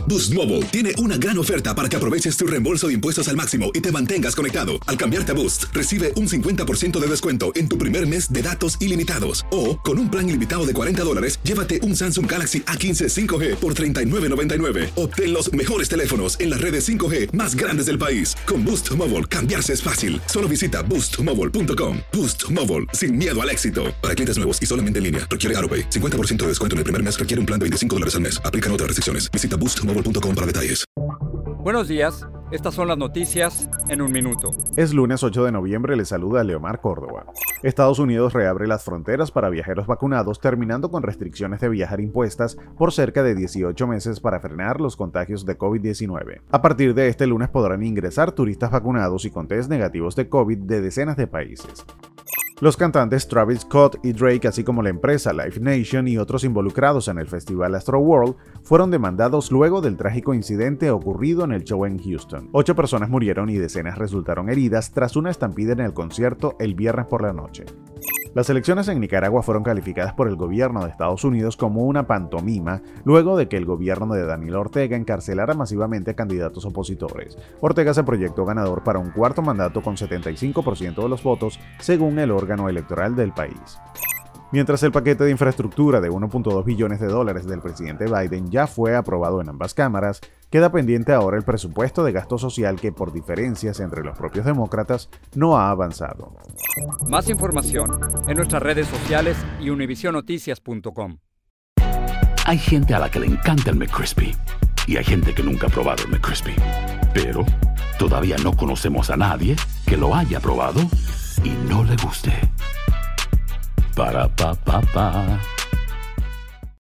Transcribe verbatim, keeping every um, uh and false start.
Boost Mobile tiene una gran oferta para que aproveches tu reembolso de impuestos al máximo y te mantengas conectado. Al cambiarte a Boost, recibe un cincuenta por ciento de descuento en tu primer mes de datos ilimitados. O, con un plan ilimitado de cuarenta dólares, llévate un Samsung Galaxy A quince cinco G por treinta y nueve noventa y nueve. Obtén los mejores teléfonos en las redes cinco G más grandes del país. Con Boost Mobile, cambiarse es fácil. Solo visita boost mobile punto com. Boost Mobile, sin miedo al éxito. Para clientes nuevos y solamente en línea, requiere AutoPay. cincuenta por ciento de descuento en el primer mes requiere un plan de veinticinco dólares al mes. Aplican otras restricciones. Visita boost mobile punto com para detalles. Buenos días, estas son las noticias en un minuto. Es lunes ocho de noviembre, le saluda Leomar Córdoba. Estados Unidos reabre las fronteras para viajeros vacunados, terminando con restricciones de viajar impuestas por cerca de dieciocho meses para frenar los contagios de COVID diecinueve. A partir de este lunes podrán ingresar turistas vacunados y con test negativos de COVID de decenas de países. Los cantantes Travis Scott y Drake, así como la empresa Live Nation y otros involucrados en el festival Astroworld, fueron demandados luego del trágico incidente ocurrido en el show en Houston. Ocho personas murieron y decenas resultaron heridas tras una estampida en el concierto el viernes por la noche. Las elecciones en Nicaragua fueron calificadas por el gobierno de Estados Unidos como una pantomima luego de que el gobierno de Daniel Ortega encarcelara masivamente a candidatos opositores. Ortega se proyectó ganador para un cuarto mandato con setenta y cinco por ciento de los votos, según el órgano electoral del país. Mientras el paquete de infraestructura de uno punto dos billones de dólares del presidente Biden ya fue aprobado en ambas cámaras, queda pendiente ahora el presupuesto de gasto social que, por diferencias entre los propios demócratas, no ha avanzado. Más información en nuestras redes sociales y univision noticias punto com. Hay gente a la que le encanta el McCrispy y hay gente que nunca ha probado el McCrispy. Pero todavía no conocemos a nadie que lo haya probado y no le guste. Para pa pa pa.